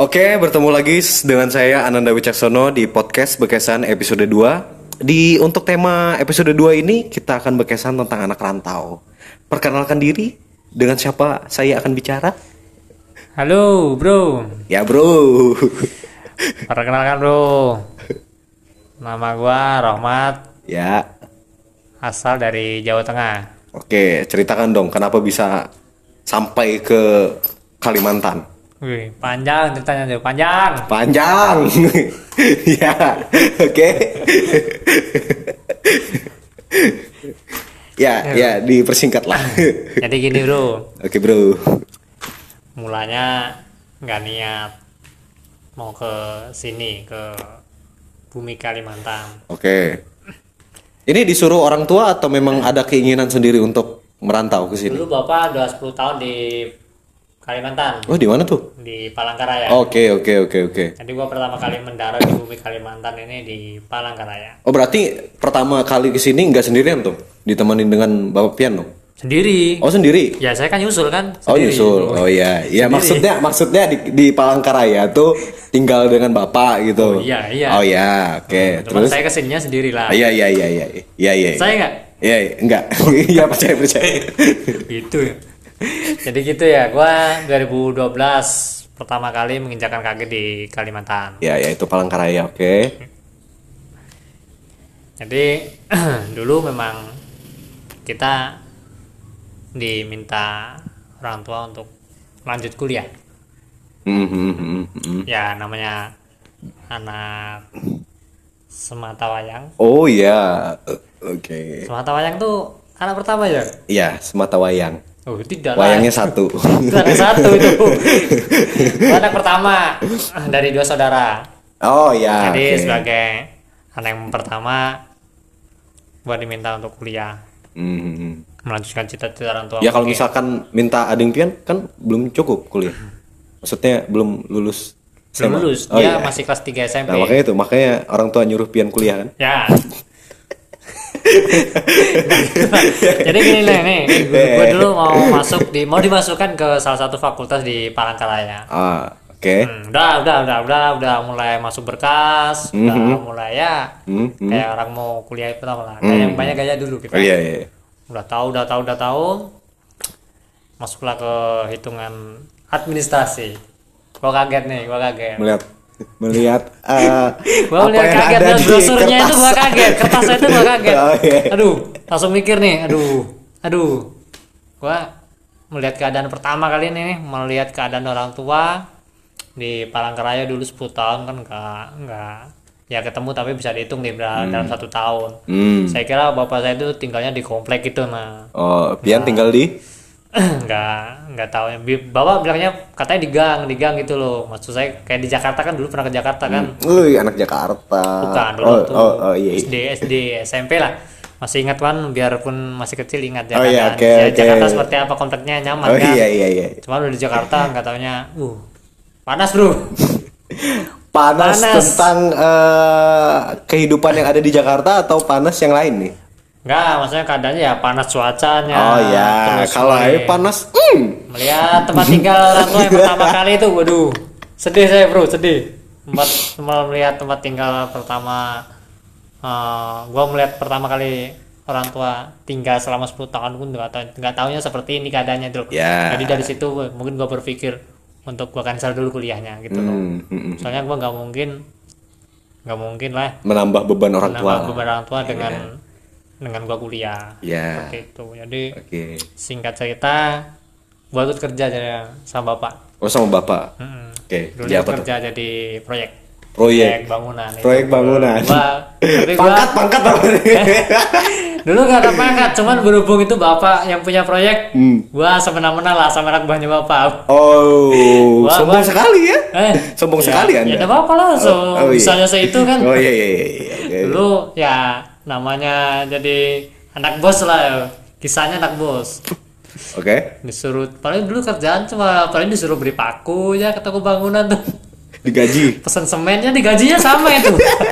Oke, bertemu lagi dengan saya Ananda Wicaksono di podcast Bekesan episode 2. Untuk tema episode 2 ini kita akan bekesan tentang anak rantau. Perkenalkan diri, dengan siapa saya akan bicara? Halo bro. Ya bro. Perkenalkan bro. Nama gua Rohmat. Ya. Asal dari Jawa Tengah. Oke, ceritakan dong kenapa bisa sampai ke Kalimantan. Wih, panjang ceritanya tuh, panjang. Panjang. Ya, oke. Ya, dipersingkat lah. Jadi gini bro. Oke bro. Mulanya nggak niat mau ke sini, ke bumi Kalimantan. Oke. Ini disuruh orang tua atau memang ada keinginan sendiri untuk merantau ke sini? Dulu bapak udah 10 tahun di Kalimantan. Oh, di mana tuh? Di Palangkaraya. Oke. Jadi gua pertama kali mendarat di bumi Kalimantan ini di Palangkaraya. Oh, berarti pertama kali ke sini nggak sendirian tuh? Ditemani dengan Bapak Pian dong? Sendiri. Oh, sendiri? Ya saya kan nyusul kan. Oh, Sendiri. nyusul. Oh iya. Ya maksudnya di Palangkaraya tuh tinggal dengan Bapak gitu. Oh, iya. Oh iya, oke. Cuman Terus saya kesininya sendiri lah. Iya. Saya nggak? Iya, enggak. Iya, percaya. Gitu ya. Jadi gitu ya, gua 2012 pertama kali menginjakan kaki di Kalimantan. Ya, itu Palangkaraya, oke. Jadi dulu memang kita diminta orang tua untuk lanjut kuliah. Ya namanya anak sematawayang. Oh iya, oke. Sematawayang tuh anak pertama ya? Iya, Sematawayang. Oh tidak Wayangnya lah. satu. Itu anak satu itu. Itu anak pertama dari 2 saudara. Oh iya. Jadi oke. sebagai anak yang pertama gua diminta untuk kuliah, melanjutkan cita-cita orang tua. Ya kalau misalkan minta ading pian kan belum cukup kuliah. Maksudnya belum lulus belum SMA. lulus, Oh, dia iya. masih kelas 3 SMP. Nah, makanya orang tua nyuruh pian kuliah kan. Ya. Jadi gini nih, gue dulu mau dimasukkan ke salah satu fakultas di Palangkaraya. Ah, oke. Udah mulai masuk berkas, udah mulai ya kayak orang mau kuliah pertama lah. Kayak yang banyak gaya dulu kita. Oh, iya. Udah tahu. Masuklah ke hitungan administrasi. Gua kaget. Melihat Gua melihat kaget dan brosurnya itu gua kaget, kertasnya itu gua kaget. Oh, iya. Aduh, langsung mikir nih, aduh. Gua melihat keadaan pertama kali nih, melihat keadaan orang tua di Palangkaraya dulu 10 tahun kan enggak ya ketemu tapi bisa dihitung di dalam 1 tahun. Saya kira bapak saya itu tinggalnya di komplek itu nah. Oh, pian tinggal di nggak tahu ya. Bapak bilangnya katanya di gang gitu loh. Maksud saya kayak di Jakarta kan dulu pernah ke Jakarta kan. Anak Jakarta. Bukan dulu Iya. SD SMP lah. Masih ingat kan biarpun masih kecil ingat Oh, iya, oke. Jakarta seperti apa kompleknya nyaman kan. Iya. Cuma udah di Jakarta nggak taunya panas bro. Panas tentang kehidupan yang ada di Jakarta atau panas yang lain nih? Enggak, maksudnya keadaannya ya panas cuacanya. Oh ya, terus kalau air panas. Melihat tempat tinggal orang tua yang pertama kali itu, waduh, sedih saya bro, sedih. Melihat tempat tinggal pertama, gua melihat pertama kali orang tua tinggal selama 10 tahun pun nggak tahunya seperti ini keadaannya dulu. Yeah. Jadi dari situ mungkin gua berpikir untuk gua cancel dulu kuliahnya gitu loh. Soalnya gua nggak mungkin lah Menambah beban orang tua. dengan gua kuliah. Ya. Seperti itu. Jadi singkat cerita, gua ikut kerja jadi sama bapak. Oh, sama bapak. Oke. Dulu Dia apa kerja tuh? jadi proyek bangunan. Proyek bangunan. Pangkat apa nih? Dulu gak ada pangkat, cuman berhubung itu bapak yang punya proyek, gua semena-mena lah sama anak buahnya bapak. Oh, sombong sekali ya? Sombong Ya, sekali Anda. ya ada apa lah, misalnya itu kan. Oh iya. Dulu ya namanya jadi anak bos lah ya. Kisahnya anak bos. Oke. Disuruh paling dulu kerjaan paling disuruh beli paku ya ke toko bangunan tuh. Digaji. Pesen semennya digajinya sama itu.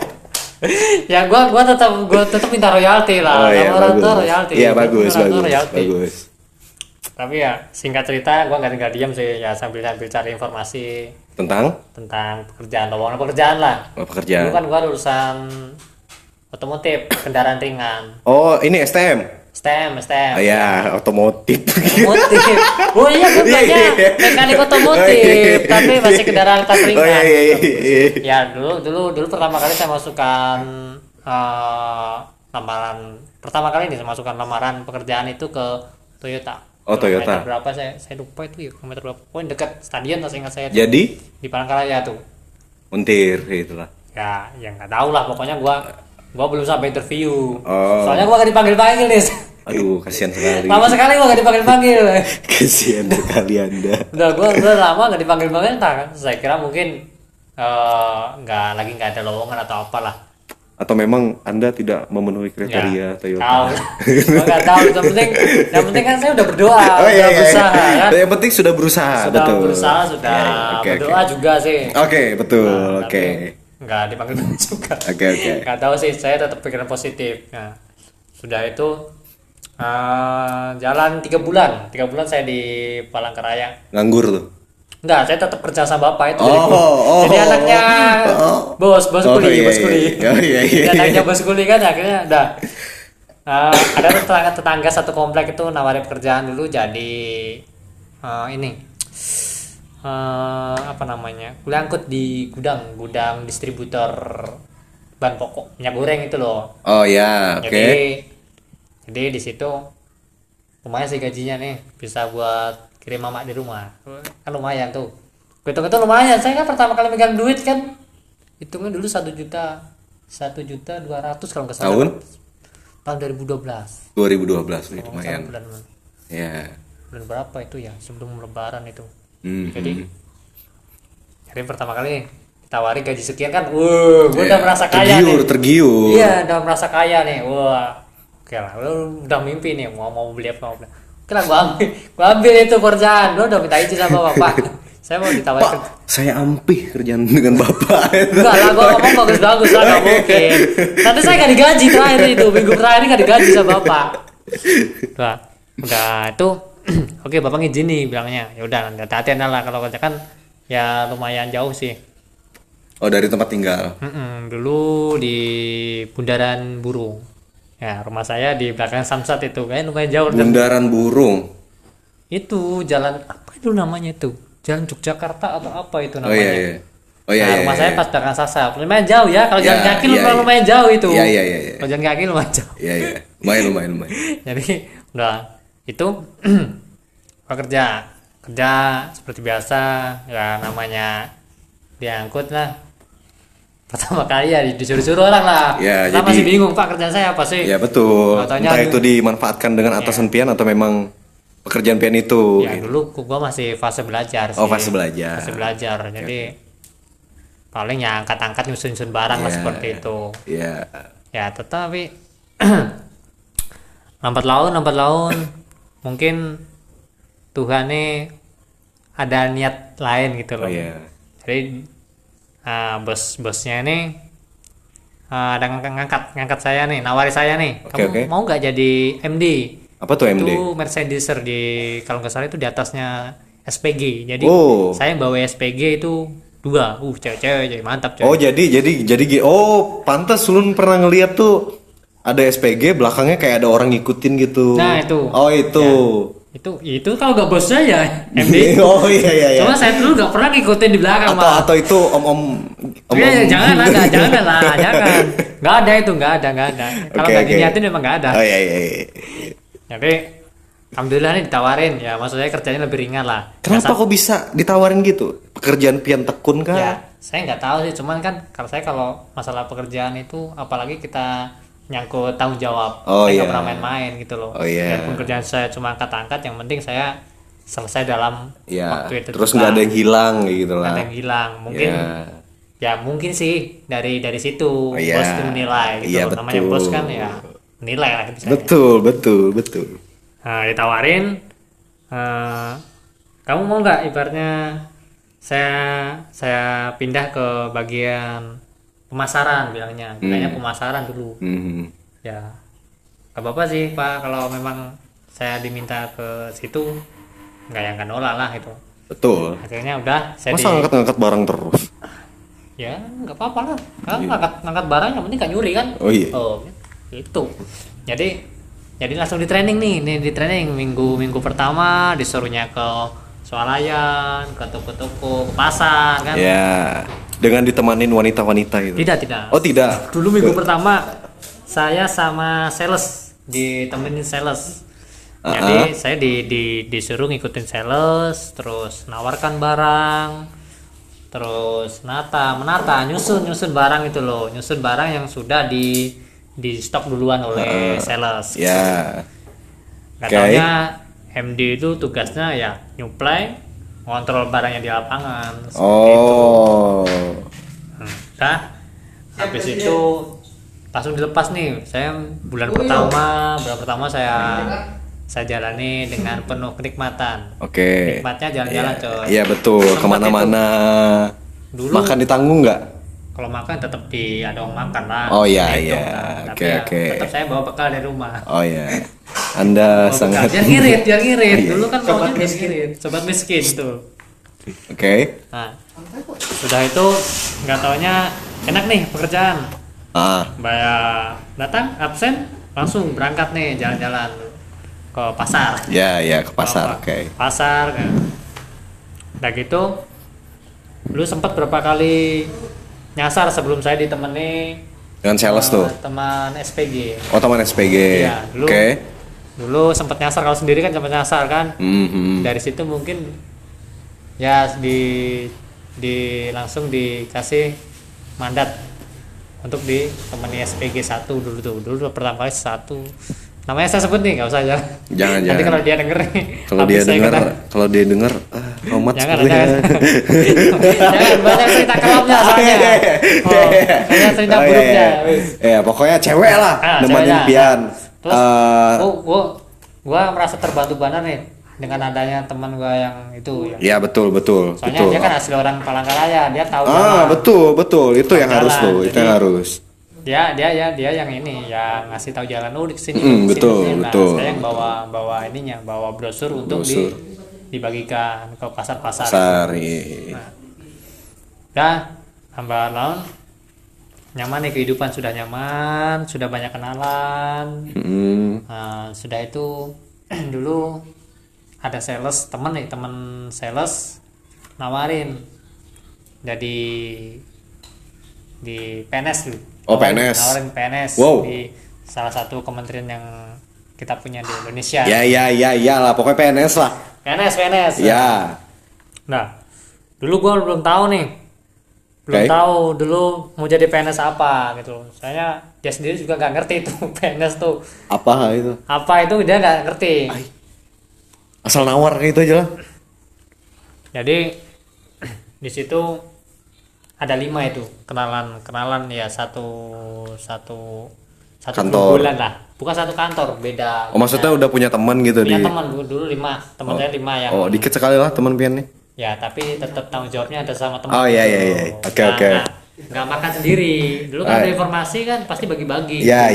Ya gua tetap minta royalti lah. Oh, iya, orang tua bagus. royalti. Iya, bagus. Tapi ya singkat cerita gue nggak diam sih ya, sambil cari informasi Tentang tentang pekerjaan, lowongan pekerjaan lah. Dulu pekerjaan. kan gue lulusan otomotif, kendaraan ringan, Oh, ini STM. STEM. Oh ya, otomotif. Otomotif. Oh iya, gue belajar mekanik otomotif, tapi masih kendaraan tas ringan. Oh iya, iya, iya, iya. Ya dulu pertama kali saya masukkan lamaran pertama kali nih saya masukkan lamaran pekerjaan itu ke Toyota. Oh, Toyota. Kilometer berapa saya lupa itu ya, kilometer berapa. Pokoknya dekat stadion lah ingat saya tuh. Jadi Di Palangkaraya tuh. Untir itulah. Ya nggak tahu lah, pokoknya gua belum sampai interview. Oh. Soalnya gua gak dipanggil nih. Aduh, kasihan sekali. Lama sekali gua gak dipanggil. Kasihan sekali Anda. Udah lama gak dipanggil kan. Saya kira mungkin nggak ada lowongan atau apalah. Atau memang Anda tidak memenuhi kriteria Toyota? Tahu. Gua nggak tahu. Yang penting kan saya udah berdoa, Oh iya, udah iya, berusaha iya. kan. Yang penting sudah berusaha, Sudah betul. berusaha, sudah Oke, berdoa juga sih. Oke, betul. Nah, Oke. tapi nggak dipanggil juga. Oke, oke. Nggak tahu sih, saya tetap pikiran positif. Nah, sudah itu jalan 3 bulan saya di Palangkaraya. Nganggur tuh. Enggak, saya tetap kerja sama bapak itu. oh, Jadi anaknya bos kuli, iya, bos kuli. iya, iya, iya. Jadi anaknya bos kuli kan akhirnya udah. Ada tetangga satu komplek itu nawarin pekerjaan dulu jadi apa namanya? Kuliah angkut di gudang distributor bahan pokok minyak goreng itu loh. Oh ya, oke. Jadi di situ lumayan sih gajinya nih, bisa buat kirim mama di rumah. Kan lumayan tuh. Hitung itu lumayan. Saya kan pertama kali megang duit kan hitungnya dulu 1.200.000 kalau nggak salah. Tahun 2012. 2012 nih, lumayan. Bulan Ya. berapa itu ya, sebelum lebaran itu. Hmm. Jadi pertama kali ditawari gaji sekian kan, gue udah merasa kaya nih. Tergiur. Iya, udah merasa kaya nih. Wah, oke lah, lu udah mimpi nih mau beli apa mau beli. Oke lah, gua ambil itu pekerjaan. Lu udah minta izin sama bapak. Saya mau ditawarin. Pak, saya ampih kerjaan dengan bapak. Enggak lah, gua ngomong bagus-bagus lah, nggak mungkin. Nanti saya nggak digaji terakhir itu, minggu terakhir ini nggak digaji sama bapak. Udah itu, oke bapak ngizin nih bilangnya. Ya udah, hati-hati lah kalau kerja kan ya lumayan jauh sih. Oh, dari tempat tinggal. Dulu di Bundaran Burung. Ya, rumah saya di belakang Samsat itu, kayaknya lumayan jauh. Bundaran Burung. Itu jalan apa itu namanya itu? Jalan Yogyakarta atau apa itu namanya? Oh iya, iya. Oh iya, Nah, iya, rumah iya, saya iya. pas belakang Sasa. Lumayan jauh ya, kalau jalan kaki iya, iya. lumayan jauh itu. Iya, iya, iya. Kalau jalan kaki lumayan jauh. Iya, iya. Lumayan. Jadi udah itu kerja seperti biasa ya, namanya diangkut lah. Pertama kali ya disuruh-suruh orang lah. Ya, Kita jadi masih bingung Pak kerjaan saya apa sih? Ya betul. Katanya Entah itu dimanfaatkan dengan atasan pian atau memang pekerjaan pian itu. Ya dulu gua masih fase belajar sih. Oh, fase belajar. Fase belajar. Jadi paling ya angkat-angkat nyusun-nyusun barang lah seperti itu. Iya. Ya tetapi lambat laun mungkin Tuhan nih ada niat lain gitu loh. Oh iya. Jadi bosnya ini ada ngangkat saya nih, nawari saya nih, kamu mau nggak jadi MD? Apa tuh MD? Itu Mercedeser kalau nggak salah itu di atasnya SPG. Jadi saya bawa SPG itu 2, cewek-cewek jadi mantap coy. Oh jadi pantas Ulun pernah ngeliat tuh ada SPG belakangnya kayak ada orang ngikutin gitu. Nah itu. Oh itu. Ya. Itu kalau nggak bos saya MD. Oh iya. Cuma saya dulu nggak pernah ngikutin di belakang atau itu om. Ya, jangan lah, jangan. Nggak ada. Kalau nggak diniatin memang nggak ada. Oh iya. Jadi alhamdulillah nih ditawarin ya, maksud saya kerjanya lebih ringan lah. Kenapa kok bisa ditawarin gitu? Pekerjaan pian tekun kah? Ya saya nggak tahu sih, cuman kan kalau masalah pekerjaan itu apalagi kita nyangkut tanggung jawab, saya nggak pernah main-main gitu loh. Biarpun kerjaan saya cuma angkat-angkat, yang penting saya selesai dalam waktu itu. Terus nggak ada yang hilang gitu lah. Nggak ada yang hilang, mungkin ya mungkin sih dari situ bos itu menilai gitu. Namanya bos kan ya menilai lah gitu. Betul. Nah, ditawarin, kamu mau nggak ibaratnya saya pindah ke bagian pemasaran bilangnya pemasaran dulu. Ya nggak apa-apa sih Pak, kalau memang saya diminta ke situ, nggak nolak lah itu. Betul. Akhirnya udah saya Masa ngangkat-ngangkat barang terus? ya nggak apa-apa lah, kan ngangkat barang yang penting nggak nyuri kan. Oh iya. Itu jadi langsung di training nih di training minggu pertama disuruhnya ke swalayan, ke toko-toko, ke pasar kan. Ya, dengan ditemanin wanita-wanita itu. Tidak. Oh tidak. Dulu minggu pertama saya sama sales, ditemenin sales. Jadi saya disuruh ngikutin sales, terus nawarkan barang, terus menata, nyusun barang itu loh, nyusun barang yang sudah di stok duluan oleh sales. Ya. Katanya MD itu tugasnya ya nyuplai, ngontrol barangnya di lapangan. Oh. Nah, habis itu langsung dilepas nih. Saya bulan pertama saya jalani dengan penuh kenikmatan. Oke. Nikmatnya jalan-jalan coy. Iya betul. Kemana-mana. Dulu Makan ditanggung nggak? kalau makan tetap ada orang makan lah. Oh iya Gitu iya. kan. Oke Tapi oke. tetap saya bawa bekal dari rumah. Oh iya. Anda Bawa sangat. bekal. Biar ngirit. Dulu kan maunya biar ngirit. Sobat miskin tuh. Oke. Nah, sudah itu nggak taunya enak nih pekerjaan. Bayar datang absen langsung berangkat nih jalan-jalan ke pasar. Ya ke pasar. Oke. Pasar kan. Udah gitu lu sempat berapa kali nyasar sebelum saya ditemani Dengan sales tuh. teman SPG. Oh teman SPG. Iya, Oke. Dulu sempat nyasar, kalau sendiri kan sempat nyasar kan. Dari situ mungkin ya langsung dikasih mandat untuk ditemani SPG 1 dulu pertama kali 1. Namanya saya sebut nih, nggak usah aja. Jangan. Nanti kalau dia denger nih. Kalau dia denger, Romat Jangan. sepertinya. Jangan banyak cerita kelamnya soalnya. Banyak cerita buruknya. Ya pokoknya cewek lah, nemenin Ceweknya. Pian. Terus, gua merasa terbantu banget nih dengan adanya teman gua yang itu. Ya betul. Soalnya dia kan asli orang Palangkaraya, dia tahu. Betul. Itu yang harus tuh, itu yang harus. Dia yang ini yang ngasih tahu jalan di sini. Betul. Saya yang bawa brosur untuk dibagikan ke pasar-pasar. Hamba laun nyaman nih, kehidupan sudah nyaman, sudah banyak kenalan. Sudah itu dulu ada sales temen sales nawarin jadi di PNS dulu. PNS. Nawarin PNS Wow. di salah satu kementerian yang kita punya di Indonesia. Ya lah, pokoknya PNS lah. PNS. Ya. Nah, dulu gua belum tahu nih. Tahu dulu mau jadi PNS apa gitu. Soalnya dia sendiri juga nggak ngerti itu PNS tuh. Apa itu? Apa itu dia nggak ngerti. Asal nawar kayak itu aja lah. Jadi di situ ada 5 itu kenalan ya satu kantor. bulan lah, bukan satu kantor, beda. Maksudnya udah punya teman gitu punya di. teman dulu 5 teman saya 5 yang. Dikit sekali lah teman Pian nih. Ya tapi tetap tanggung jawabnya ada sama teman. Iya. Oke. Nggak makan sendiri. Dulu kan ada informasi kan pasti bagi-bagi. Ya.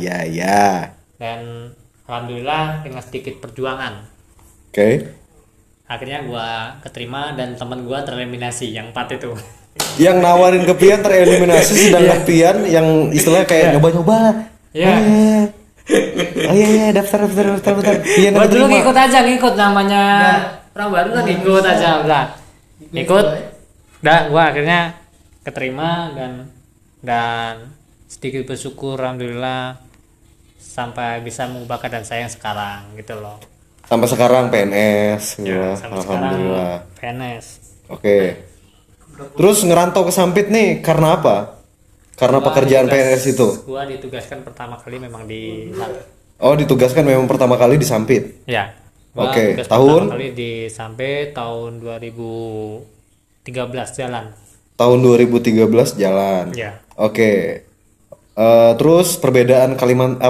Dan alhamdulillah dengan sedikit perjuangan. Oke. Akhirnya gua keterima dan teman gua tereliminasi yang 4 itu. Yang nawarin ke Pian tereliminasi, sedangkan Pian yang istilahnya kayak nyoba-nyoba. Iya. Iya, daftar. Pian Gua dulu ngikut namanya orang baru kan ngikut aja udah. Ngikut. Udah gua akhirnya keterima dan sedikit bersyukur alhamdulillah sampai bisa mengubah keadaan saya yang sekarang gitu loh. Sampai sekarang PNS Ya, ya, sampai alhamdulillah. sekarang PNS. Oke. Terus ngerantau ke Sampit nih karena apa? Karena pekerjaan PNS itu. Gua ditugaskan pertama kali memang di Ditugaskan memang pertama kali di Sampit. Ya. Oke, tugas tahun? pertama kali sampai tahun 2013 jalan. Tahun 2013 jalan. Ya. Oke. Terus perbedaan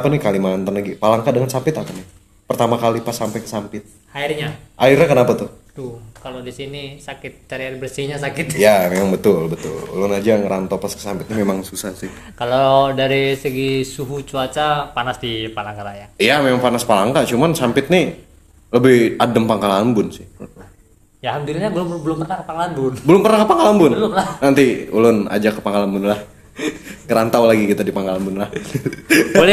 Kalimantan lagi. Palangka dengan Sampit apa nih? Pertama kali pas sampai ke Sampit. Akhirnya Akhirnya kenapa tuh? Tuh, kalau di sini sakit, cari air bersihnya sakit. Ya, memang betul. Ulun aja ngerantau pas ke Sampit ini memang susah sih. Kalau dari segi suhu cuaca panas di Palangkaraya. Iya, memang panas Palangka, cuman Sampit nih lebih adem Pangkalan Bun sih. Ya alhamdulillah belum pernah ke Pangkalan Bun. Belum pernah ke Pangkalan Bun? Belum lah. Nanti ulun ajak ke Pangkalan Bun lah. Ngerantau lagi kita di Pangkalan Bun lah. Boleh.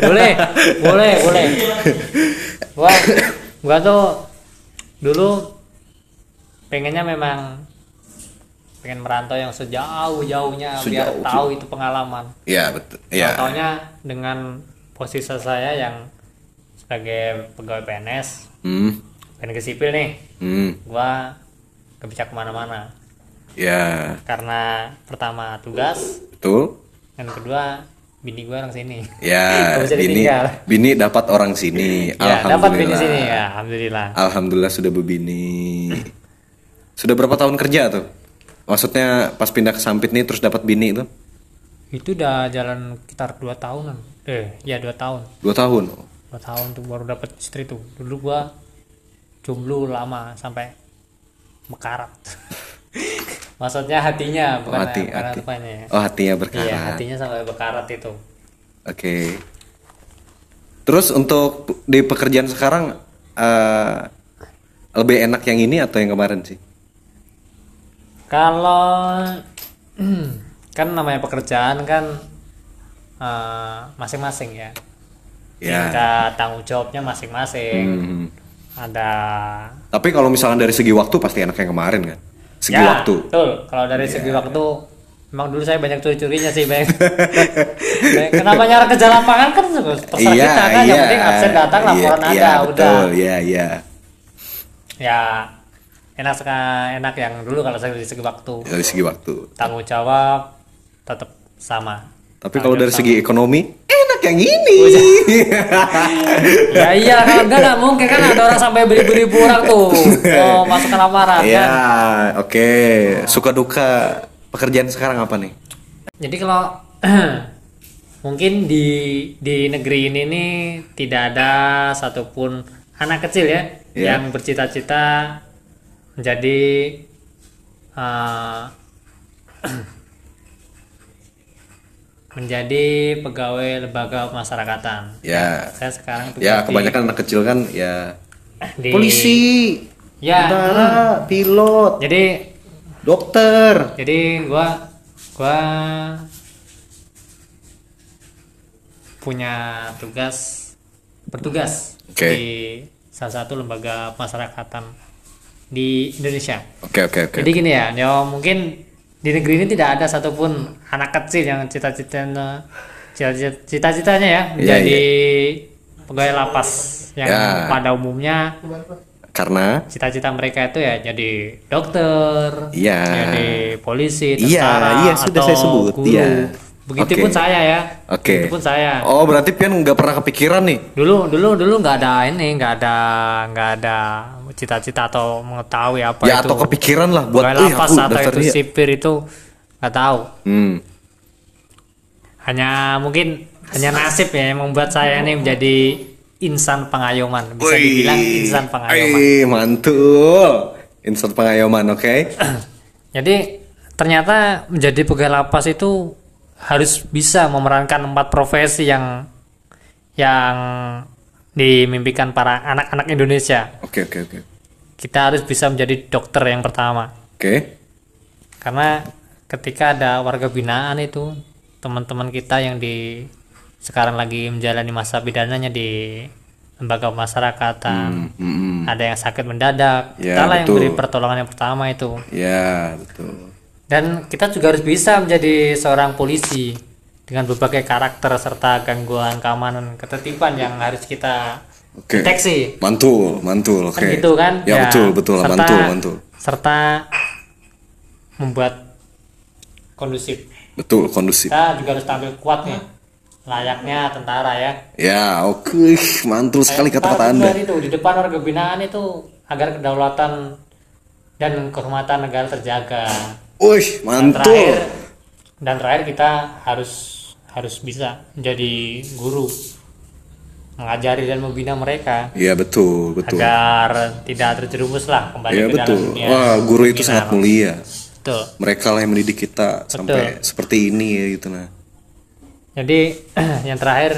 Gua tuh dulu pengennya memang pengen merantau yang sejauh-jauhnya biar tahu itu pengalaman. Iya, betul. Iya. Taunya dengan posisi saya yang sebagai pegawai PNS, PNS sipil nih, gua gak bisa kemana-mana. Ya. Karena pertama tugas, Betul. dan kedua bini gua orang sini. Ya, Gak bisa ditinggal. bini dapat orang sini. Ya, Alhamdulillah. dapat bini sini ya, alhamdulillah. Alhamdulillah sudah berbini. Sudah berapa tahun kerja tuh? Maksudnya pas pindah ke Sampit nih terus dapat bini itu? Itu udah jalan sekitar 2 tahunan. 2 tahun. 2 tahun. 2 tahun tuh baru dapat istri tuh. Dulu gua jomblo lama sampai mekarat. Maksudnya hatinya bukan hati. apanya. Oh, hatinya berkarat. Iya, hatinya sampai berkarat itu. Oke. Terus untuk di pekerjaan sekarang lebih enak yang ini atau yang kemarin sih? Kalau kan namanya pekerjaan kan masing-masing ya. Ya. Tingkat tanggung jawabnya masing-masing. Ada. Tapi kalau misalnya dari segi waktu pasti enak yang kemarin kan? Segi Ya, waktu. betul. Kalau dari segi waktu, memang dulu saya banyak curi-curinya sih, Bang. Kenapa nyara kerja lapangan kan terserah kita kan, yang penting absen datang, laporan ada, udah. Iya. Ya, enak yang dulu kalau saya dari segi waktu. Dari segi waktu. Tanggung jawab tetap sama. Tapi kalau dari segi ekonomi, enak yang ini. Ya iya, kalau enggak mungkin kan ada orang sampai beribu-ribu orang tuh mau masuk ke lamaran Ya, kan. oke. Suka duka pekerjaan sekarang apa nih? Jadi kalau mungkin di negeri ini nih tidak ada satupun anak kecil ya yang bercita-cita menjadi menjadi pegawai lembaga pemasyarakatan. Ya. Saya sekarang Ya, kebanyakan anak kecil kan ya di polisi, ya, tentara, pilot, dokter. Jadi gua punya bertugas di salah satu lembaga pemasyarakatan di Indonesia. Oke. Jadi gini ya, mungkin di negeri ini tidak ada satupun anak kecil yang cita-citanya ya menjadi pegawai lapas yang pada umumnya karena cita-cita mereka itu ya jadi dokter, Iya. jadi polisi, tentara, Iya, sudah atau saya sebut. guru. Iya. Begitupun saya ya. Oke. Begitupun saya. Oh, berarti Pian nggak pernah kepikiran nih? Dulu nggak ada cita-cita atau mengetahui apa Ya, itu. atau kepikiran lah buat pegawai lapas aku atau daftar itu dia. sipir itu nggak tahu. Mungkin hanya nasib ya yang membuat saya ini menjadi insan pengayoman, bisa dibilang insan pengayoman. Mantul. Insan pengayoman, oke. Jadi ternyata menjadi pegawai lapas itu harus bisa memerankan 4 profesi yang dimimpikan para anak-anak Indonesia. Oke. Kita harus bisa menjadi dokter yang pertama. Oke. Karena ketika ada warga binaan itu, teman-teman kita yang sekarang lagi menjalani masa pidananya di lembaga pemasyarakatan, ada yang sakit mendadak, kita lah yang beri pertolongan yang pertama itu. Ya, betul. Dan kita juga harus bisa menjadi seorang polisi dengan berbagai karakter serta gangguan keamanan ketertiban yang harus kita deteksi. Mantul, oke. Kan gitu kan? Ya, betul, mantul. Serta membuat kondusif. Betul, kondusif. Kita juga harus tampil kuat nih, layaknya tentara ya. Ya, oke. Mantul sekali kata-kata Anda. Itu di depan warga binaan itu agar kedaulatan dan kehormatan negara terjaga. Wih, mantul. Dan terakhir kita harus bisa menjadi guru. mengajari dan membina mereka Iya betul. agar tidak terjerumus lah kembali Iya ke dalam betul. dunia. Wah, guru itu zina. sangat mulia. Betul. Mereka lah yang mendidik kita sampai seperti ini ya gitu nah. Jadi yang terakhir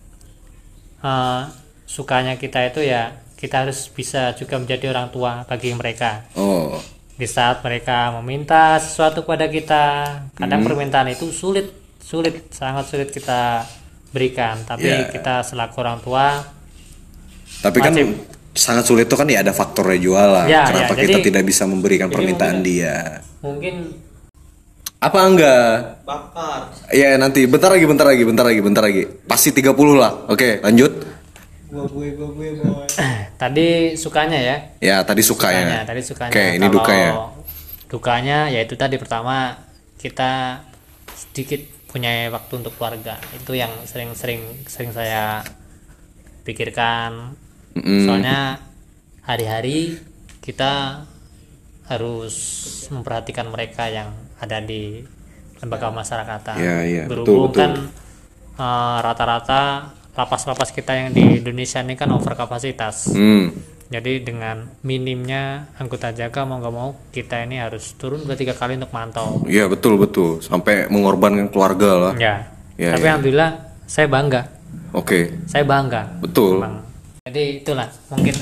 sukanya kita itu ya kita harus bisa juga menjadi orang tua bagi mereka. Oh. Di saat mereka meminta sesuatu kepada kita, kadang permintaan itu sulit, sangat sulit kita berikan. Tapi Yeah. kita selaku orang tua, Tapi kan wajib. sangat sulit itu kan ya ada faktornya juga lah. Ya, Kenapa ya, kita jadi- tidak bisa memberikan jadi permintaan mungkin- dia? mungkin Apa enggak? Bakar. Ya nanti bentar lagi. Pasti 30 lah. Oke, lanjut. Gua gue boy. tadi sukanya ya. Ya, tadi sukanya. Tadi sukanya. Oke, ini Kalau dukanya. Dukanya yaitu tadi pertama kita sedikit punya waktu untuk keluarga. Itu yang sering saya pikirkan. Mm-mm. Soalnya hari-hari kita harus memperhatikan mereka yang ada di lembaga masyarakatan. Iya, Berhubung betul. kan rata-rata lapas-lapas kita yang di Indonesia ini kan over kapasitas. Jadi dengan minimnya anggota jaga mau nggak mau kita ini harus turun 2-3 kali untuk mantau. Iya, betul. Sampai mengorbankan keluarga lah. Ya. Ya, Tapi ya. alhamdulillah saya bangga. Oke. Saya bangga. Betul. Memang. Jadi itulah mungkin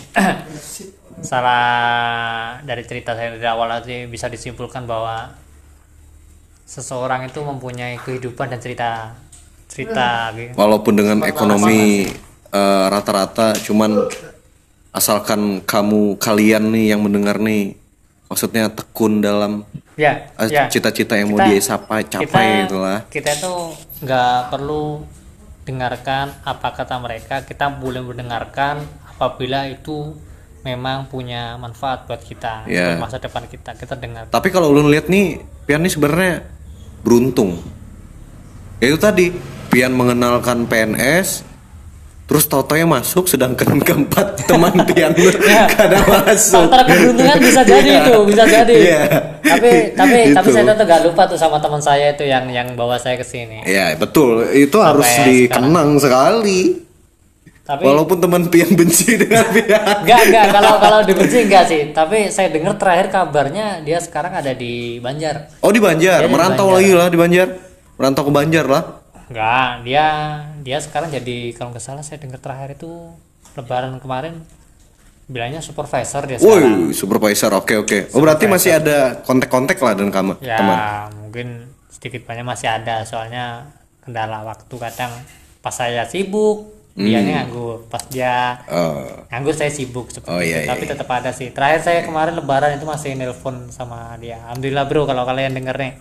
salah dari cerita saya dari awal tadi bisa disimpulkan bahwa seseorang itu mempunyai kehidupan dan cerita gitu. Walaupun dengan ekonomi rata-rata, cuman asalkan kalian nih yang mendengar nih, maksudnya tekun dalam Ya, ya. cita-cita yang mau Kita- dia capai itulah. Kita tuh nggak perlu dengarkan apa kata mereka, kita boleh mendengarkan apabila itu memang punya manfaat buat kita, Ya. buat masa depan kita dengar. Tapi kalau lu lihat nih, Pian nih sebenarnya beruntung. Ya itu tadi, Pian mengenalkan PNS, terus tau-taunya masuk, sedangkan keempat teman Pian gak ada masuk. Faktor keberuntungan bisa jadi itu, bisa jadi. Iya. Tapi Gitu. saya tetap gak lupa tuh sama teman saya itu yang bawa saya ke sini. Ya betul, itu harus dikenang sekali. Tapi Walaupun teman Pian benci dengan Pian. enggak kalau dibenci enggak sih. Tapi saya dengar terakhir kabarnya dia sekarang ada di Banjar. Oh di Banjar, Dia di merantau Banjar. lagi lah di Banjar. Merantau ke Banjar lah. Enggak, dia sekarang jadi kalau nggak salah saya dengar terakhir itu Lebaran kemarin bilangnya supervisor dia sekarang. Woi, supervisor, oke. Oh berarti masih ada kontak-kontak lah dengan kamu, Ya teman. mungkin sedikit banyak masih ada soalnya kendala waktu kadang pas saya sibuk dianya nganggur, pas dia Oh, nganggur saya sibuk seperti Oh, iya, itu. Tapi iya. tetap ada sih. Terakhir saya kemarin Lebaran itu masih nelpon sama dia. Alhamdulillah bro kalau kalian denger nih.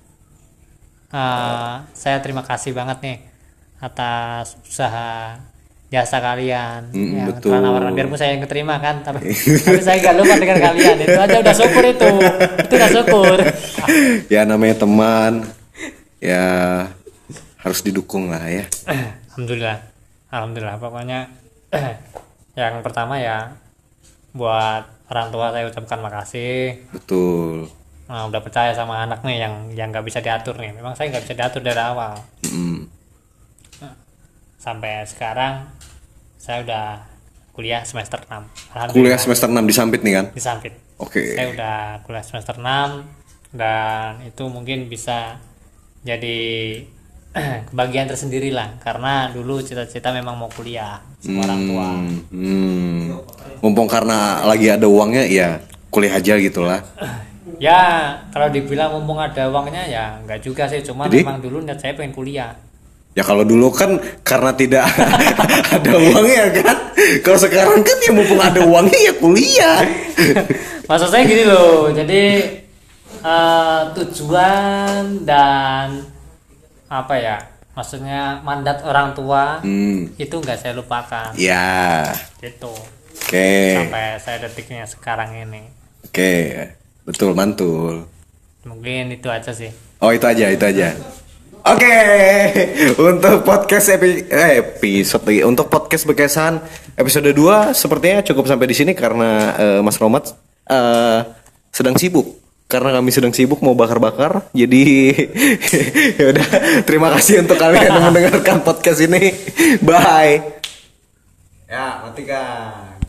Saya terima kasih banget nih atas usaha jasa kalian yang betul. telah nawaran biarpun saya yang keterima kan tapi saya gak lupa dengan kalian itu aja udah syukur itu udah syukur. ya namanya teman, ya harus didukung lah ya. Alhamdulillah pokoknya yang pertama ya buat orang tua saya ucapkan makasih. Betul. Udah percaya sama anak nih yang nggak bisa diatur nih. Memang saya nggak bisa diatur dari awal. Sampai sekarang saya udah kuliah semester 6. Kuliah semester 6 di Sampit nih kan? Di Sampit. Oke. Saya udah kuliah semester 6 dan itu mungkin bisa jadi kebahagiaan tersendiri lah karena dulu cita-cita memang mau kuliah sama orang tua. Mumpung karena lagi ada uangnya ya kuliah aja gitulah. Ya kalau dibilang mumpung ada uangnya ya nggak juga sih, cuma Jadi? memang dulu niat saya pengen kuliah. Ya kalau dulu kan karena tidak ada uangnya kan. Kalau sekarang kan ya mumpung ada uangnya ya kuliah. Maksud saya gini loh, jadi tujuan dan apa ya, maksudnya mandat orang tua itu nggak saya lupakan. Ya. Gitu. Oke. Sampai saya detiknya sekarang ini. Oke. Betul mantul. Mungkin itu aja sih. Oh itu aja. Oke, untuk podcast episode untuk podcast Bekesan episode 2 sepertinya cukup sampai di sini karena Mas Romat sedang sibuk. Karena kami sedang sibuk mau bakar-bakar. Jadi ya udah, terima kasih untuk kalian yang mendengarkan podcast ini. Bye. Ya, matikan.